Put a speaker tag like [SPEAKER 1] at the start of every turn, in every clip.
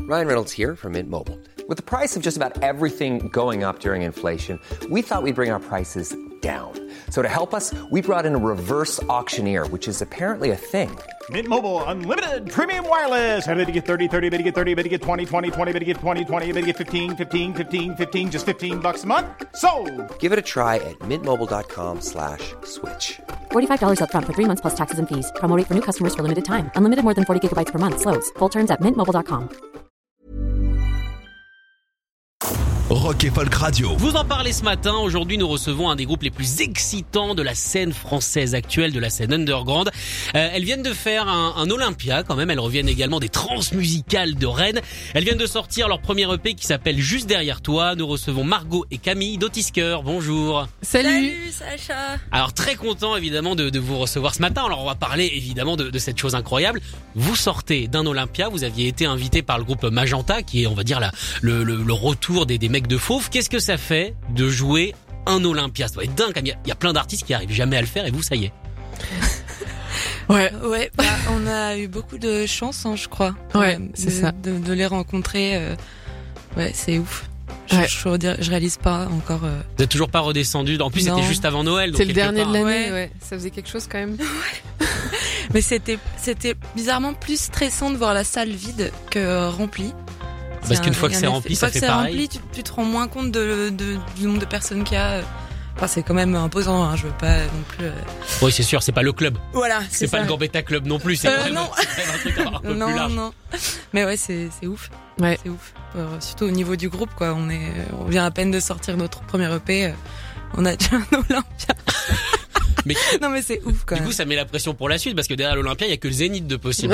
[SPEAKER 1] Ryan Reynolds here from Mint Mobile. With the price of just about everything going up during inflation, we thought we'd bring our prices down. So to help us, we brought in a reverse auctioneer, which is apparently a thing.
[SPEAKER 2] Mint Mobile Unlimited Premium Wireless. How to get 30, 30, bit to get 30, bit to get 20, 20, 20, bit to get 20, 20, bit to get 15, 15, 15, 15, just $15 a month? Sold!
[SPEAKER 1] Give it a try at mintmobile.com/switch.
[SPEAKER 3] $45 up front for 3 months plus taxes and fees. Promo rate for new customers for limited time. Unlimited more than 40 gigabytes per month. Slows full terms at mintmobile.com.
[SPEAKER 4] Rock et Folk Radio.
[SPEAKER 5] Vous en parlez ce matin. Aujourd'hui, nous recevons un des groupes les plus excitants de la scène française actuelle, de la scène underground. Elles viennent de faire un Olympia quand même. Elles reviennent également des transmusicales de Rennes. Elles viennent de sortir leur premier EP qui s'appelle Juste derrière toi. Nous recevons Margot et Camille d'Otisker. Bonjour.
[SPEAKER 6] Salut Sacha.
[SPEAKER 5] Alors très content évidemment de vous recevoir ce matin. Alors on va parler évidemment de cette chose incroyable. Vous sortez d'un Olympia. Vous aviez été invité par le groupe Magenta, qui est on va dire le retour des mecs de Fauve. Qu'est-ce que ça fait de jouer un Olympia? Ça doit être dingue. Il y a plein d'artistes qui arrivent jamais à le faire et vous, ça y est.
[SPEAKER 6] Ouais, on a eu beaucoup de chance, je crois.
[SPEAKER 7] Ouais, c'est ça.
[SPEAKER 6] De les rencontrer. Ouais, c'est ouf. Je réalise pas encore.
[SPEAKER 5] Vous n'êtes toujours pas redescendu. En plus,
[SPEAKER 6] Non.
[SPEAKER 5] c'était juste avant Noël.
[SPEAKER 7] C'est le dernier de l'année,
[SPEAKER 6] Ouais.
[SPEAKER 7] Ça faisait quelque chose quand même.
[SPEAKER 6] Mais c'était bizarrement plus stressant de voir la salle vide que remplie.
[SPEAKER 5] Parce qu'une fois que c'est rempli, ça fait pareil.
[SPEAKER 6] Rempli, tu te rends moins compte du nombre de personnes qu'il y a. Enfin, c'est quand même imposant, hein. Je veux pas non plus.
[SPEAKER 5] Oui, c'est sûr, c'est pas le club.
[SPEAKER 6] Voilà,
[SPEAKER 5] C'est pas le Gambetta Club non plus. C'est vraiment, c'est quand même un truc un peu plus large.
[SPEAKER 6] Non. Mais ouais, c'est ouf.
[SPEAKER 7] Ouais.
[SPEAKER 6] C'est ouf. Surtout au niveau du groupe, quoi. On vient à peine de sortir notre premier EP. On a déjà un Olympia.
[SPEAKER 5] Mais
[SPEAKER 6] non, mais c'est ouf, quand
[SPEAKER 5] du
[SPEAKER 6] même.
[SPEAKER 5] coup, ça met la pression pour la suite parce que derrière l'Olympia, il y a que le Zénith de possible.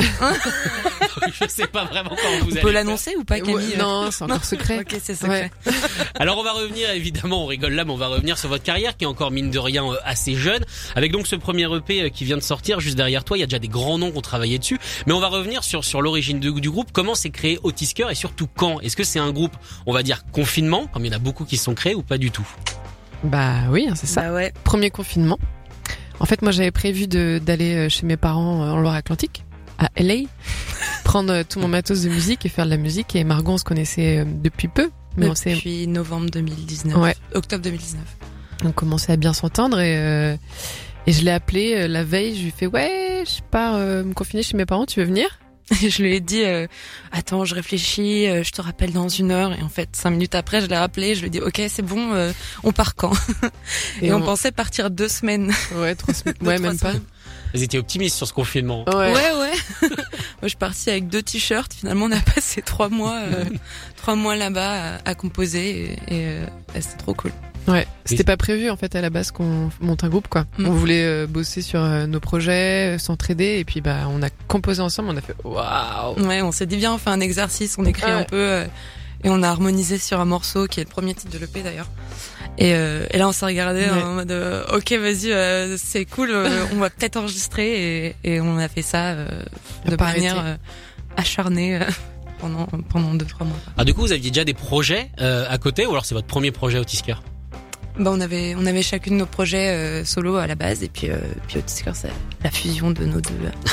[SPEAKER 5] Je sais pas vraiment comment vous allez.
[SPEAKER 6] On peut l'annoncer ou pas, Camille?
[SPEAKER 7] Non, c'est encore secret.
[SPEAKER 6] Ok, c'est secret.
[SPEAKER 7] Ouais.
[SPEAKER 5] Alors on va revenir, évidemment, on rigole là, mais on va revenir sur votre carrière qui est encore mine de rien assez jeune. Avec donc ce premier EP qui vient de sortir juste derrière toi, il y a déjà des grands noms qui ont travaillé dessus. Mais on va revenir sur l'origine du groupe. Comment s'est créé Otisker et surtout quand? Est-ce que c'est un groupe, on va dire, confinement, comme il y en a beaucoup qui se sont créés ou pas du tout?
[SPEAKER 7] Bah oui, c'est ça.
[SPEAKER 6] Bah ouais.
[SPEAKER 7] Premier confinement. En fait, moi, j'avais prévu d'aller chez mes parents en Loire-Atlantique, à LA, prendre tout mon matos de musique et faire de la musique. Et Margot, on se connaissait depuis peu. Mais
[SPEAKER 6] Depuis novembre 2019.
[SPEAKER 7] Ouais.
[SPEAKER 6] Octobre 2019.
[SPEAKER 7] On commençait à bien s'entendre et je l'ai appelé la veille. Je lui ai fait ouais, je pars me confiner chez mes parents. Tu veux venir?
[SPEAKER 6] Et je lui ai dit attends, je réfléchis, je te rappelle dans 1 heure. Et en fait 5 minutes après je l'ai rappelé, je lui ai dit ok, c'est bon, on part quand? Et on pensait partir 2 semaines.
[SPEAKER 7] Ouais, 3 semaines.
[SPEAKER 6] Deux,
[SPEAKER 7] Ouais,
[SPEAKER 6] trois
[SPEAKER 7] même pas.
[SPEAKER 6] semaines.
[SPEAKER 5] Vous étiez optimiste sur ce confinement.
[SPEAKER 7] Ouais.
[SPEAKER 6] Ouais. Moi je suis partie avec 2 t-shirts. Finalement on a passé 3 mois 3 mois là-bas à composer et c'était trop cool.
[SPEAKER 7] Ouais, c'était pas prévu en fait à la base qu'on monte un groupe quoi. On voulait bosser sur nos projets, s'entraider et puis bah on a composé ensemble, on a fait waouh.
[SPEAKER 6] Ouais, on s'est dit bien, on fait un exercice, on écrit un peu et on a harmonisé sur un morceau qui est le premier titre de l'EP d'ailleurs. Et là on s'est regardé en mode ok vas-y c'est cool, on va peut-être enregistrer et on a fait ça de manière acharnée pendant 2-3 mois.
[SPEAKER 5] Ah du coup vous aviez déjà des projets à côté ou alors c'est votre premier projet Otisker?
[SPEAKER 6] Bah on avait chacune nos projets solo à la base et puis Otisker c'est la fusion de nos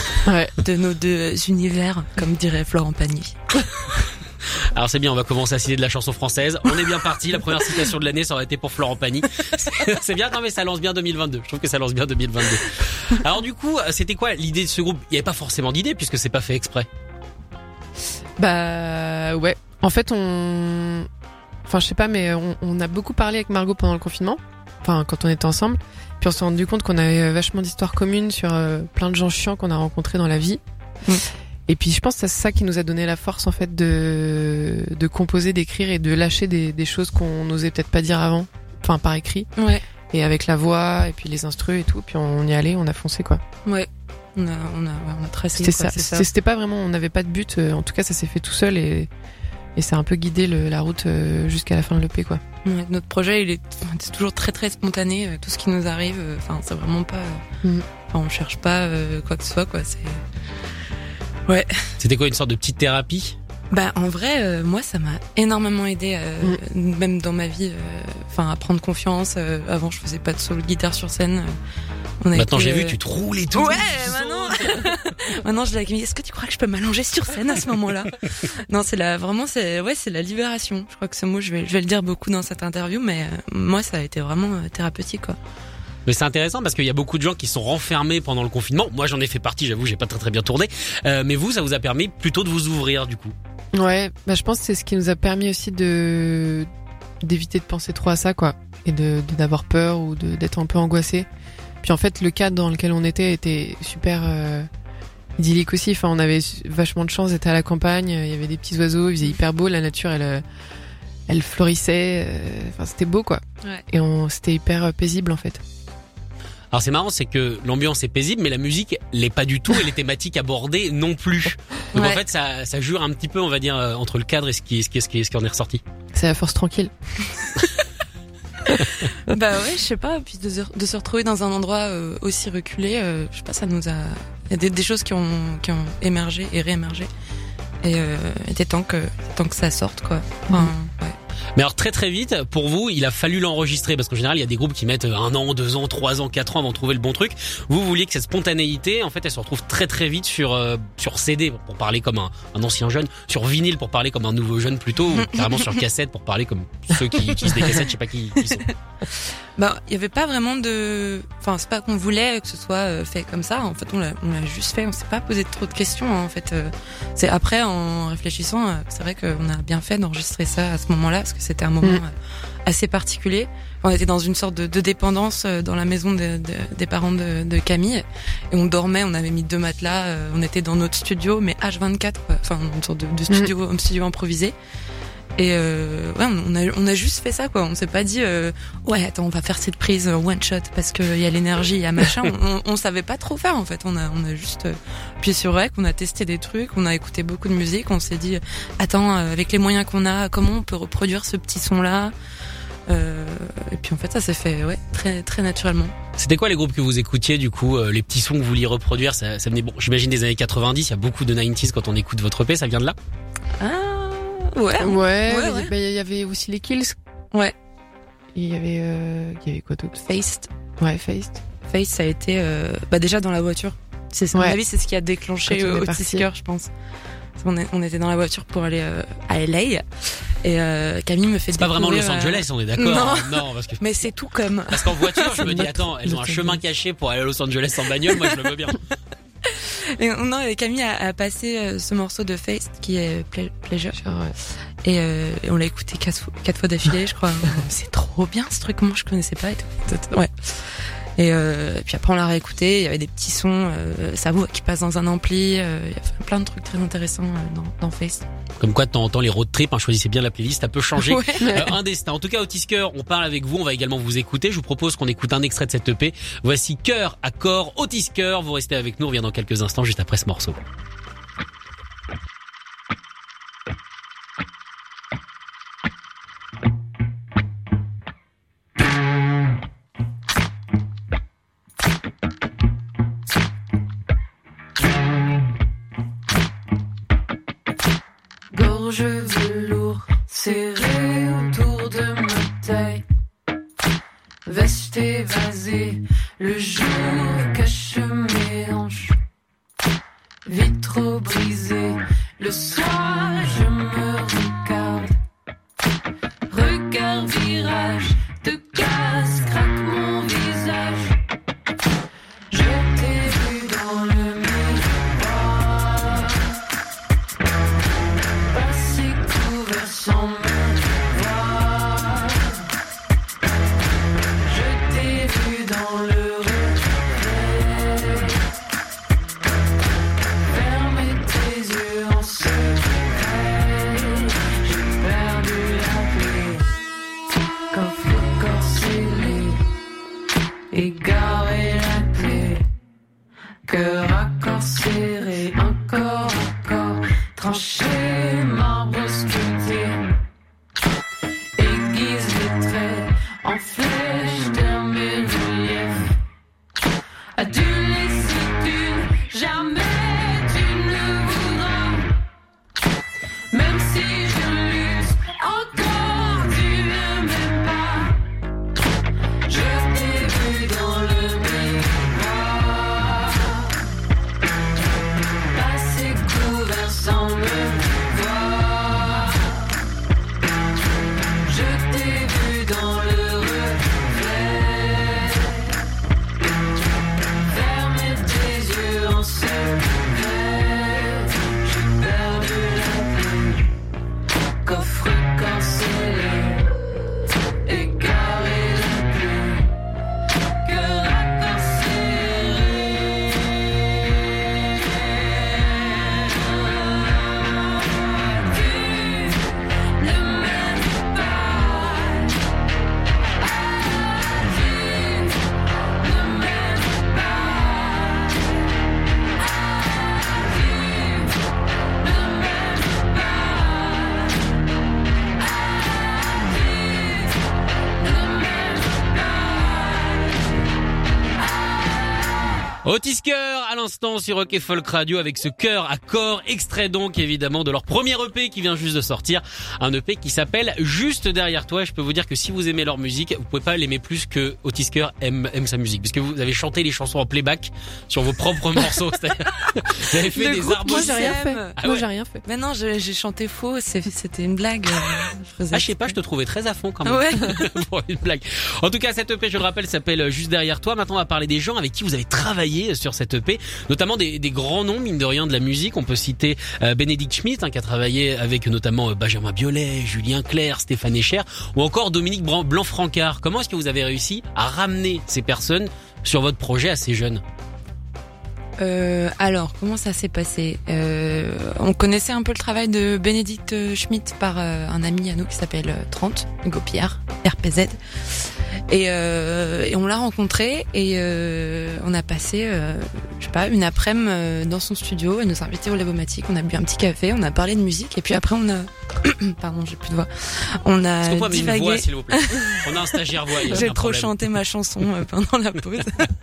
[SPEAKER 6] deux univers comme dirait Florent Pagny.
[SPEAKER 5] Alors c'est bien, on va commencer à citer de la chanson française. On est bien parti, la première citation de l'année ça aurait été pour Florent Pagny. C'est bien, non mais ça lance bien 2022. Je trouve que ça lance bien 2022. Alors du coup, c'était quoi l'idée de ce groupe? Il y avait pas forcément d'idée puisque c'est pas fait exprès.
[SPEAKER 7] Bah ouais. En fait enfin je sais pas mais on a beaucoup parlé avec Margot pendant le confinement. Enfin quand on était ensemble. Puis on s'est rendu compte qu'on avait vachement d'histoires communes sur plein de gens chiants qu'on a rencontrés dans la vie. Et puis je pense que c'est ça qui nous a donné la force en fait de composer, d'écrire et de lâcher des choses qu'on n'osait peut-être pas dire avant, enfin par écrit.
[SPEAKER 6] Ouais.
[SPEAKER 7] Et avec la voix et puis les instrus et tout, puis on y allait, on a foncé quoi.
[SPEAKER 6] Ouais. On a tracé.
[SPEAKER 7] C'était ça. C'était pas vraiment, on n'avait pas de but. En tout cas, ça s'est fait tout seul et ça a un peu guidé la route jusqu'à la fin de l'EP quoi.
[SPEAKER 6] Ouais, notre projet, c'est toujours très très spontané. Tout ce qui nous arrive, enfin c'est vraiment pas. On cherche pas quoi que ce soit quoi. C'est. Ouais.
[SPEAKER 5] C'était quoi, une sorte de petite thérapie?
[SPEAKER 6] Bah en vrai, moi ça m'a énormément aidé, même dans ma vie, à prendre confiance. Avant je faisais pas de solo de guitare sur scène.
[SPEAKER 5] Maintenant j'ai vu, tu te roules et tout.
[SPEAKER 6] Ouais, maintenant. Maintenant, je dis à Camille, est-ce que tu crois que je peux m'allonger sur scène à ce moment-là? Non, c'est la libération. Je crois que ce mot, je vais le dire beaucoup dans cette interview, mais moi, ça a été vraiment thérapeutique, quoi.
[SPEAKER 5] Mais c'est intéressant parce qu'il y a beaucoup de gens qui sont renfermés pendant le confinement. Moi, j'en ai fait partie, j'avoue, j'ai pas très bien tourné. Mais vous, ça vous a permis plutôt de vous ouvrir, du coup.
[SPEAKER 7] Ouais, je pense que c'est ce qui nous a permis aussi d'éviter de penser trop à ça, quoi. Et d'avoir peur ou d'être un peu angoissé. Puis en fait, le cadre dans lequel on était super idyllique aussi. Enfin, on avait vachement de chance d'être à la campagne. Il y avait des petits oiseaux, il faisait hyper beau, la nature, elle florissait. Enfin, c'était beau, quoi.
[SPEAKER 6] Ouais.
[SPEAKER 7] Et c'était hyper paisible, en fait.
[SPEAKER 5] Alors c'est marrant, c'est que l'ambiance est paisible, mais la musique l'est pas du tout et les thématiques abordées non plus. Donc en fait, ça jure un petit peu, on va dire, entre le cadre et ce qui en est ressorti.
[SPEAKER 7] C'est la force tranquille.
[SPEAKER 6] Bah ouais, je sais pas, puis de se retrouver dans un endroit aussi reculé, je sais pas, ça nous a... Il y a des choses qui ont émergé et réémergé. Et il était temps que ça sorte, quoi. Enfin, ouais.
[SPEAKER 5] Mais alors très vite, pour vous, il a fallu l'enregistrer parce qu'en général, il y a des groupes qui mettent 1 an, 2 ans, 3 ans, 4 ans avant de trouver le bon truc. Vous vouliez que cette spontanéité, en fait, elle se retrouve très vite sur CD pour parler comme un ancien jeune, sur vinyle pour parler comme un nouveau jeune plutôt, ou carrément sur cassette pour parler comme ceux qui utilisent des cassettes, je sais pas qui sont.
[SPEAKER 6] Bah, il y avait pas vraiment enfin, c'est pas qu'on voulait que ce soit fait comme ça. En fait, on l'a juste fait. On s'est pas posé trop de questions, hein, en fait. C'est après, en réfléchissant, c'est vrai qu'on a bien fait d'enregistrer ça à ce moment-là, parce que c'était un moment assez particulier. On était dans une sorte de dépendance dans la maison des parents de Camille, et on dormait. On avait mis 2 matelas. On était dans notre studio, mais H24, quoi. Enfin, une sorte de studio, un studio improvisé. Et on a juste fait ça, quoi. On s'est pas dit ouais, attends, on va faire cette prise one shot parce que y a l'énergie, il y a machin. on savait pas trop faire, en fait. On a juste appuyé sur rec, on a testé des trucs, on a écouté beaucoup de musique, on s'est dit attends, avec les moyens qu'on a, comment on peut reproduire ce petit son là. Et puis en fait, ça s'est fait très naturellement.
[SPEAKER 5] C'était quoi les groupes que vous écoutiez, du coup, les petits sons que vous vouliez reproduire? Ça venait, bon, j'imagine des années 90. Il y a beaucoup de 90s quand on écoute votre EP. Ça vient de là?
[SPEAKER 7] Ouais. Il y avait aussi les Kills.
[SPEAKER 6] Ouais.
[SPEAKER 7] Il y avait quoi d'autre?
[SPEAKER 6] Faced.
[SPEAKER 7] Ouais, Faced.
[SPEAKER 6] Faced, ça a été déjà dans la voiture. À mon avis, c'est ce qui a déclenché Otis Keur, je pense. On était dans la voiture pour aller à LA, et Camille me fait découvrir...
[SPEAKER 5] C'est pas vraiment Los Angeles, on est d'accord? Non, parce que...
[SPEAKER 6] Mais c'est tout comme...
[SPEAKER 5] Parce qu'en voiture, je me dis, attends, elles ont un chemin caché pour aller à Los Angeles en bagnole, moi je le veux bien.
[SPEAKER 6] Et Camille a passé ce morceau de Face qui est Pleasure. Et on l'a écouté 4 fois d'affilée, je crois. C'est trop bien ce truc, moi je connaissais pas et tout. Ouais. Et puis après on l'a réécouté, il y avait des petits sons, sa voix qui passe dans un ampli, il y a plein de trucs très intéressants dans Face.
[SPEAKER 5] Comme quoi de temps en temps les road trips, choisissez bien la playlist, ça peut changer un destin. En tout cas, Otis Keur, on parle avec vous, on va également vous écouter. Je vous propose qu'on écoute un extrait de cette EP. Voici Cœur à corps, Otis Keur. Vous restez avec nous, on revient dans quelques instants juste après ce morceau.
[SPEAKER 8] Gorge velours serré autour de ma taille, veste évasée, le jour cache mes hanches, vitraux brisés, le soir je me regarde virage, de gaz craque mon visage, je t'ai vu dans le miroir, passé couvert sans me voir, je t'ai vu dans le reflet, fermer tes yeux en secret.
[SPEAKER 5] Otis Cœur à l'instant sur Rock et Folk Radio avec ce cœur à corps, extrait donc évidemment de leur premier EP qui vient juste de sortir, un EP qui s'appelle Juste derrière toi. Je peux vous dire que si vous aimez leur musique, vous pouvez pas l'aimer plus que Otis Cœur aime sa musique, parce que vous avez chanté les chansons en playback sur vos propres morceaux. Vous avez fait des arbres.
[SPEAKER 6] Moi j'ai rien fait.
[SPEAKER 7] Moi j'ai rien fait.
[SPEAKER 6] Mais non, j'ai chanté faux, c'était une blague.
[SPEAKER 5] Je sais pas, je te trouvais très à fond quand même.
[SPEAKER 6] Ouais.
[SPEAKER 5] Pour une blague. En tout cas, cette EP, je le rappelle, s'appelle Juste derrière toi. Maintenant, on va parler des gens avec qui vous avez travaillé sur cette EP, notamment des grands noms, mine de rien, de la musique. On peut citer Bénédicte Schmitt, qui a travaillé avec notamment Benjamin Biolay, Julien Clerc, Stéphane Echer, ou encore Dominique Blanc-Francard. Comment est-ce que vous avez réussi à ramener ces personnes sur votre projet assez jeune?
[SPEAKER 6] Alors, comment ça s'est passé? On connaissait un peu le travail de Bénédicte Schmitt par un ami à nous qui s'appelle 30, Hugo Pierre, RPZ. Et on l'a rencontré et on a passé, je sais pas, une après-midi dans son studio. Elle nous a invités au Lavomatique, on a bu un petit café, on a parlé de musique et puis après on a... Pardon, j'ai plus de voix. On a
[SPEAKER 5] Est-ce qu'on peut amener
[SPEAKER 6] divagué.
[SPEAKER 5] une voix, s'il vous plaît? On a un stagiaire voix.
[SPEAKER 6] J'ai trop chanté ma chanson pendant la pause.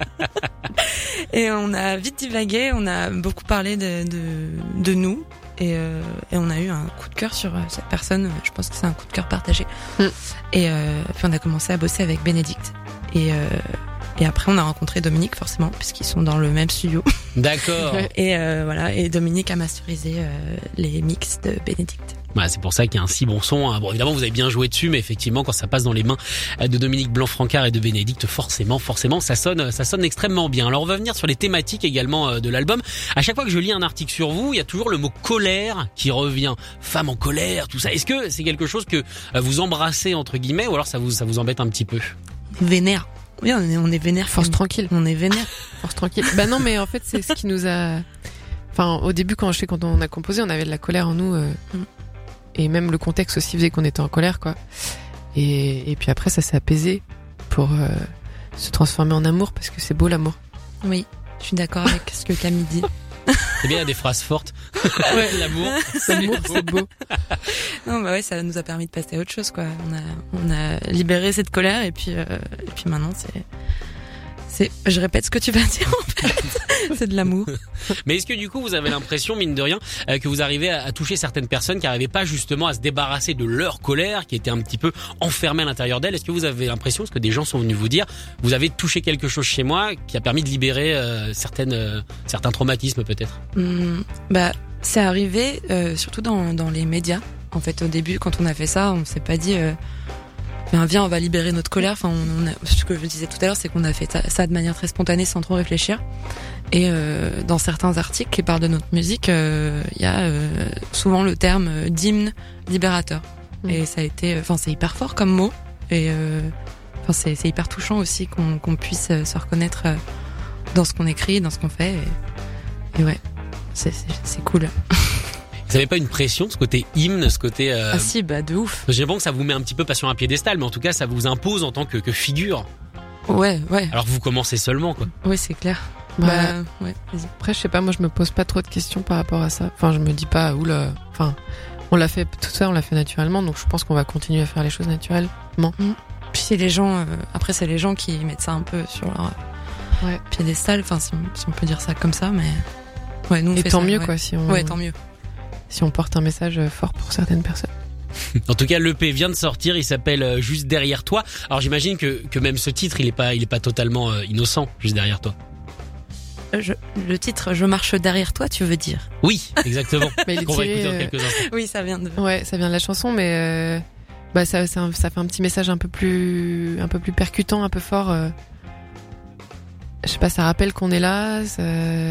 [SPEAKER 6] Et on a vite divagué, on a beaucoup parlé de nous. Et on a eu un coup de cœur sur cette personne. Je pense que c'est un coup de cœur partagé. Et puis on a commencé à bosser avec Bénédicte. Et après on a rencontré Dominique forcément puisqu'ils sont dans le même studio.
[SPEAKER 5] D'accord.
[SPEAKER 6] Et voilà. Et Dominique a masterisé les mix de Bénédicte.
[SPEAKER 5] Voilà, c'est pour ça qu'il y a un si bon son. Bon, évidemment, vous avez bien joué dessus, mais effectivement, quand ça passe dans les mains de Dominique Blanc-Francard et de Bénédicte, forcément, ça sonne extrêmement bien. Alors, on va venir sur les thématiques également de l'album. À chaque fois que je lis un article sur vous, il y a toujours le mot colère qui revient. Femme en colère, tout ça. Est-ce que c'est quelque chose que vous embrassez, entre guillemets, ou alors ça vous embête un petit peu?
[SPEAKER 6] Vénère. Oui, on est vénère.
[SPEAKER 7] Force tranquille.
[SPEAKER 6] On est vénère.
[SPEAKER 7] Force tranquille. Bah non, mais en fait, c'est ce qui nous a... Enfin, au début, quand on a composé, on avait de la colère en nous. Et même le contexte aussi faisait qu'on était en colère, quoi. Et puis après, ça s'est apaisé pour se transformer en amour, parce que c'est beau l'amour.
[SPEAKER 6] Oui, je suis d'accord avec ce que Camille dit.
[SPEAKER 5] C'est bien, il y a des phrases fortes.
[SPEAKER 7] Ouais.
[SPEAKER 5] L'amour,
[SPEAKER 7] c'est beau.
[SPEAKER 6] Non, bah ouais, ça nous a permis de passer à autre chose, quoi. On a libéré cette colère et puis maintenant je répète ce que tu vas dire en fait. C'est de l'amour.
[SPEAKER 5] Mais est-ce que du coup vous avez l'impression, mine de rien, que vous arrivez à toucher certaines personnes qui n'arrivaient pas justement à se débarrasser de leur colère, qui était un petit peu enfermée à l'intérieur d'elles? Est-ce que vous avez l'impression, parce que des gens sont venus vous dire, vous avez touché quelque chose chez moi qui a permis de libérer certains traumatismes peut-être?
[SPEAKER 6] Bah c'est arrivé surtout dans les médias. En fait, au début, quand on a fait ça, on s'est pas dit viens, on va libérer notre colère. Enfin, ce que je disais tout à l'heure, c'est qu'on a fait ça de manière très spontanée, sans trop réfléchir. Et dans certains articles qui parlent de notre musique, il y a souvent le terme d'hymne libérateur. Et ça a été, c'est hyper fort comme mot. Et c'est hyper touchant aussi qu'on puisse se reconnaître dans ce qu'on écrit, dans ce qu'on fait. Et ouais, c'est cool.
[SPEAKER 5] Vous avez pas une pression, ce côté hymne, ce côté...
[SPEAKER 6] Ah si, bah de ouf.
[SPEAKER 5] J'ai l'impression que ça vous met un petit peu pas sur un piédestal, mais en tout cas ça vous impose en tant que figure.
[SPEAKER 6] Ouais.
[SPEAKER 5] Alors que vous commencez seulement, quoi.
[SPEAKER 6] Ouais, c'est clair.
[SPEAKER 7] Ouais,
[SPEAKER 6] vas-y.
[SPEAKER 7] Après, je sais pas, moi je me pose pas trop de questions par rapport à ça. Enfin, je me dis pas, oula... Enfin, on l'a fait, tout ça on l'a fait naturellement, donc je pense qu'on va continuer à faire les choses naturellement.
[SPEAKER 6] Puis c'est les gens... après, c'est les gens qui mettent ça un peu sur leur piédestal, enfin si on peut dire ça comme ça, mais... Ouais, nous on
[SPEAKER 7] et
[SPEAKER 6] fait
[SPEAKER 7] tant
[SPEAKER 6] ça,
[SPEAKER 7] mieux,
[SPEAKER 6] ouais.
[SPEAKER 7] quoi, si on...
[SPEAKER 6] Ouais, tant mieux.
[SPEAKER 7] Si on porte un message fort pour certaines personnes.
[SPEAKER 5] En tout cas, l'EP vient de sortir, il s'appelle Juste derrière toi. Alors j'imagine que même ce titre, il est pas totalement innocent, Juste derrière toi.
[SPEAKER 6] Le titre Je marche derrière toi, tu veux dire?
[SPEAKER 5] Oui, exactement.
[SPEAKER 7] Mais il est
[SPEAKER 5] Qu'on va
[SPEAKER 7] tiré,
[SPEAKER 5] écouter dans quelques instants.
[SPEAKER 6] Oui, ça vient de...
[SPEAKER 7] Ouais, ça vient de la chanson, mais ça fait un petit message un peu plus percutant, un peu fort. Je sais pas, ça rappelle qu'on est là, ça...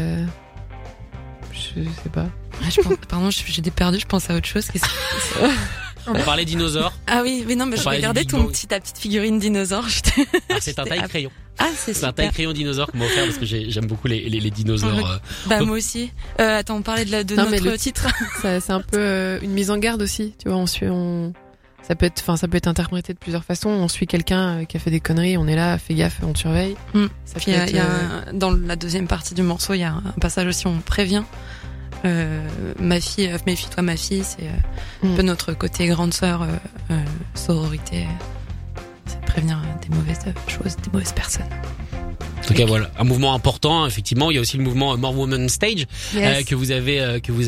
[SPEAKER 7] Je sais pas.
[SPEAKER 6] Pardon, j'ai perdu, je pense à autre chose.
[SPEAKER 5] On parlait dinosaures.
[SPEAKER 6] Ah oui, mais non, mais je regardais ta petite figurine dinosaure.
[SPEAKER 5] C'est un taille-crayon.
[SPEAKER 6] Ah, c'est
[SPEAKER 5] un taille-crayon dinosaure qu'on m'a offert parce que j'aime beaucoup les dinosaures.
[SPEAKER 6] Bah, moi aussi. Attends, on parlait de
[SPEAKER 7] non,
[SPEAKER 6] notre
[SPEAKER 7] mais le
[SPEAKER 6] titre.
[SPEAKER 7] C'est un peu une mise en garde aussi. Tu vois, ça peut être interprété de plusieurs façons. On suit quelqu'un qui a fait des conneries, on est là, fais gaffe, on te surveille.
[SPEAKER 6] Ça Puis dans la deuxième partie du morceau, il y a un passage aussi où on prévient. Ma fille, méfie-toi ma fille, c'est un peu notre côté grande sœur, sororité, c'est prévenir des mauvaises choses, des mauvaises personnes.
[SPEAKER 5] tout cas, voilà, un mouvement important. Effectivement, il y a aussi le mouvement More Women Stage que vous avez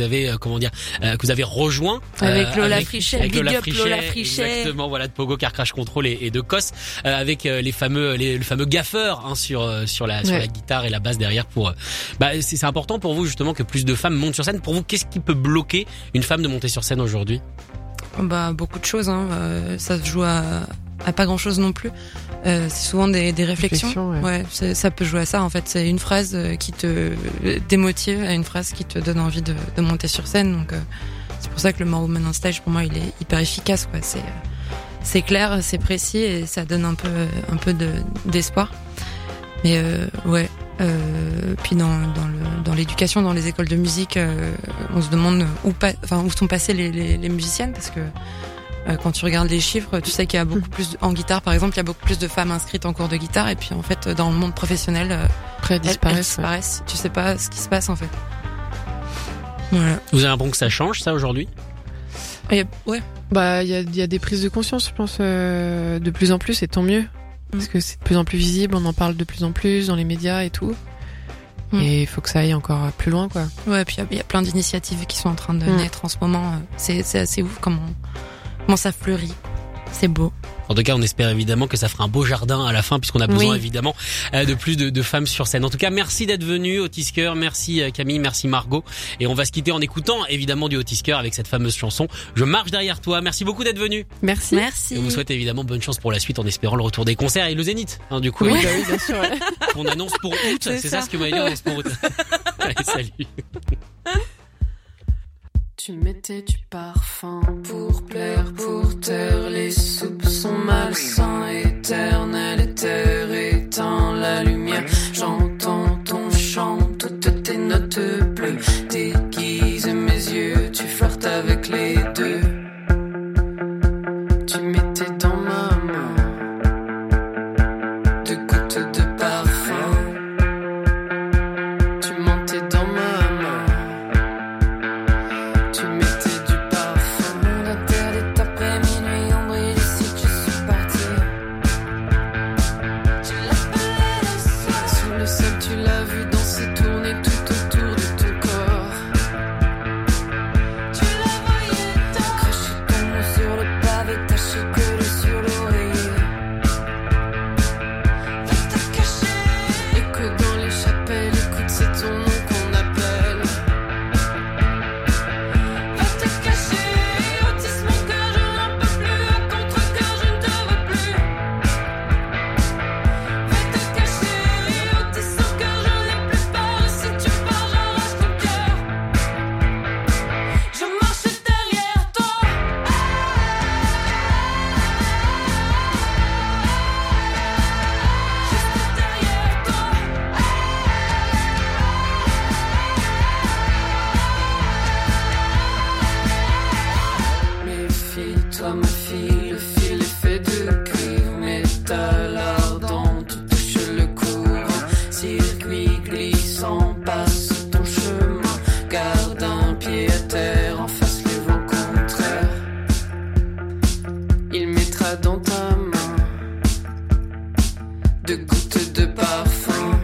[SPEAKER 5] rejoint
[SPEAKER 6] avec Lola Frichet,
[SPEAKER 5] avec
[SPEAKER 6] Big
[SPEAKER 5] Lola
[SPEAKER 6] Up Lola Frichet.
[SPEAKER 5] exactement, voilà, de Pogo Car Crash Control et de Kos, avec le fameux gaffeur sur la guitare et la basse derrière. Pour c'est important pour vous justement que plus de femmes montent sur scène. Pour vous, qu'est-ce qui peut bloquer une femme de monter sur scène aujourd'hui?
[SPEAKER 6] Beaucoup de choses. Ça se joue à pas grand-chose non plus. C'est souvent des réflexions. Ouais, ça peut jouer à ça en fait. C'est une phrase qui te démotive, une phrase qui te donne envie de monter sur scène. Donc c'est pour ça que le More Women on Stage, pour moi, il est hyper efficace, quoi. C'est clair, c'est précis et ça donne un peu d'espoir. Mais puis dans l'éducation, dans les écoles de musique, on se demande où sont passées les musiciennes, parce que quand tu regardes les chiffres, tu sais qu'il y a beaucoup plus en guitare, par exemple, il y a beaucoup plus de femmes inscrites en cours de guitare, et puis en fait dans le monde professionnel, elles disparaissent. Tu sais pas ce qui se passe en fait. Voilà.
[SPEAKER 5] Vous avez l'impression que ça change ça aujourd'hui?
[SPEAKER 6] Ouais.
[SPEAKER 7] Il y a des prises de conscience, je pense, de plus en plus, et tant mieux. Parce que c'est de plus en plus visible, on en parle de plus en plus dans les médias et tout. Et il faut que ça aille encore plus loin, quoi.
[SPEAKER 6] Ouais, puis il y a plein d'initiatives qui sont en train de naître en ce moment. C'est assez ouf comment ça fleurit. C'est beau.
[SPEAKER 5] En tout cas, on espère évidemment que ça fera un beau jardin à la fin, puisqu'on a besoin évidemment de plus de femmes sur scène. En tout cas, merci d'être venu, Otis Cœur. Merci Camille, merci Margot. Et on va se quitter en écoutant évidemment du Otis Cœur avec cette fameuse chanson Je marche derrière toi. Merci beaucoup d'être venu.
[SPEAKER 7] Merci.
[SPEAKER 5] Et on vous souhaite évidemment bonne chance pour la suite, en espérant le retour des concerts et le Zénith. Du coup,
[SPEAKER 7] oui, bien sûr.
[SPEAKER 5] On annonce pour août. C'est ça ce que m'avait dit, on annonce pour août. Allez, salut.
[SPEAKER 8] Tu mettais du parfum pour plaire, pour taire les soupçons malsains, éternel éther, éteins la lumière. J'entends ton chant, toutes tes notes bleues déguisent mes yeux, tu flirtes avec les deux. Tu mettais dans ma main deux gouttes de parfum. Tu mentais dans ma main. Tu mettais du parfum. Monde interdit après minuit, on brille ici, je suis partie. Tu l'appelais le soir. Sous le sol, tu l'as vu danser, tourner tout autour de ton corps. Tu la voyais tant. Cracher ton mot sur le pavé, taché collé sur l'oreiller. Va te cacher. Et que dans les chapelles, écoute, c'est ton nom qu'on appelle. Va te cacher, Otis, mon cœur, je n'en peux plus, à contre-cœur, je ne te veux plus. Va te cacher, Otis, mon cœur, je n'ai plus peur, si tu pars, j'arrache ton cœur. Je marche derrière toi. Juste derrière toi. Méfie-toi, ma fille, le fil est fait de cuivre, métal ardent, tu touches le courant, circuit glissant, passe ton chemin, garde un pied à terre, en face le vent contraire. Il mettra dans ta main deux gouttes de parfum,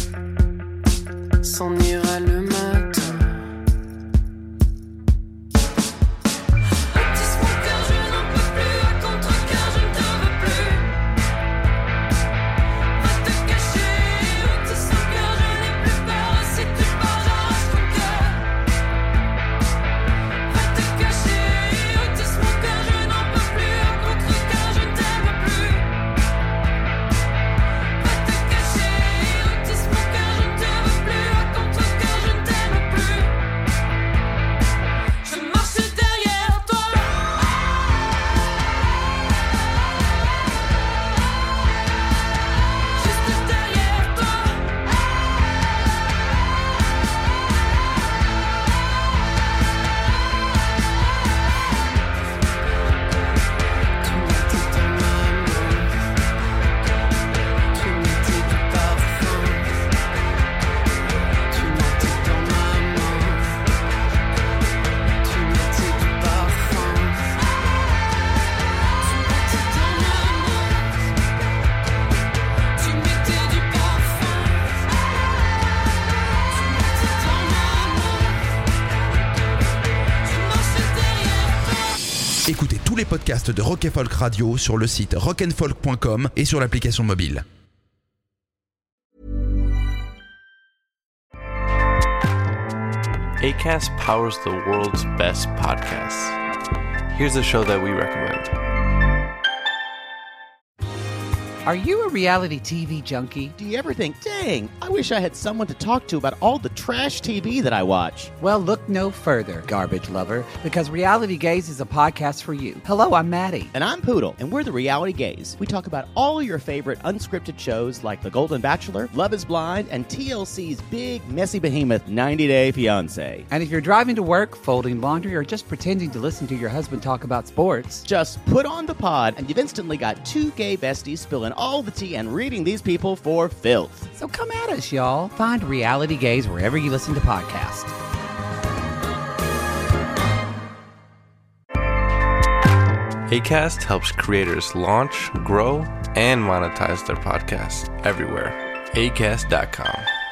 [SPEAKER 8] s'en ira le matin. Otis, mon cœur, je n'en peux plus, à contre
[SPEAKER 4] écouter tous les podcasts de Rock & Folk Radio sur le site rockandfolk.com et sur l'application mobile.
[SPEAKER 9] Acast powers the world's best podcasts. Here's a show that we recommend.
[SPEAKER 10] Are you a reality TV junkie?
[SPEAKER 11] Do you ever think, dang, I wish I had someone to talk to about all the trash TV that I watch?
[SPEAKER 10] Well, look no further, garbage lover, because Reality Gaze is a podcast for you. Hello, I'm Maddie.
[SPEAKER 11] And I'm Poodle, and we're the Reality Gaze. We talk about all your favorite unscripted shows like The Golden Bachelor, Love is Blind, and TLC's big, messy behemoth, 90 Day Fiancé.
[SPEAKER 10] And if you're driving to work, folding laundry, or just pretending to listen to your husband talk about sports,
[SPEAKER 11] just put on the pod, and you've instantly got two gay besties spilling all the tea and reading these people for filth.
[SPEAKER 10] So come at us, y'all. Find Reality Gaze wherever you listen to podcasts.
[SPEAKER 9] Acast helps creators launch, grow, and monetize their podcasts everywhere. Acast.com.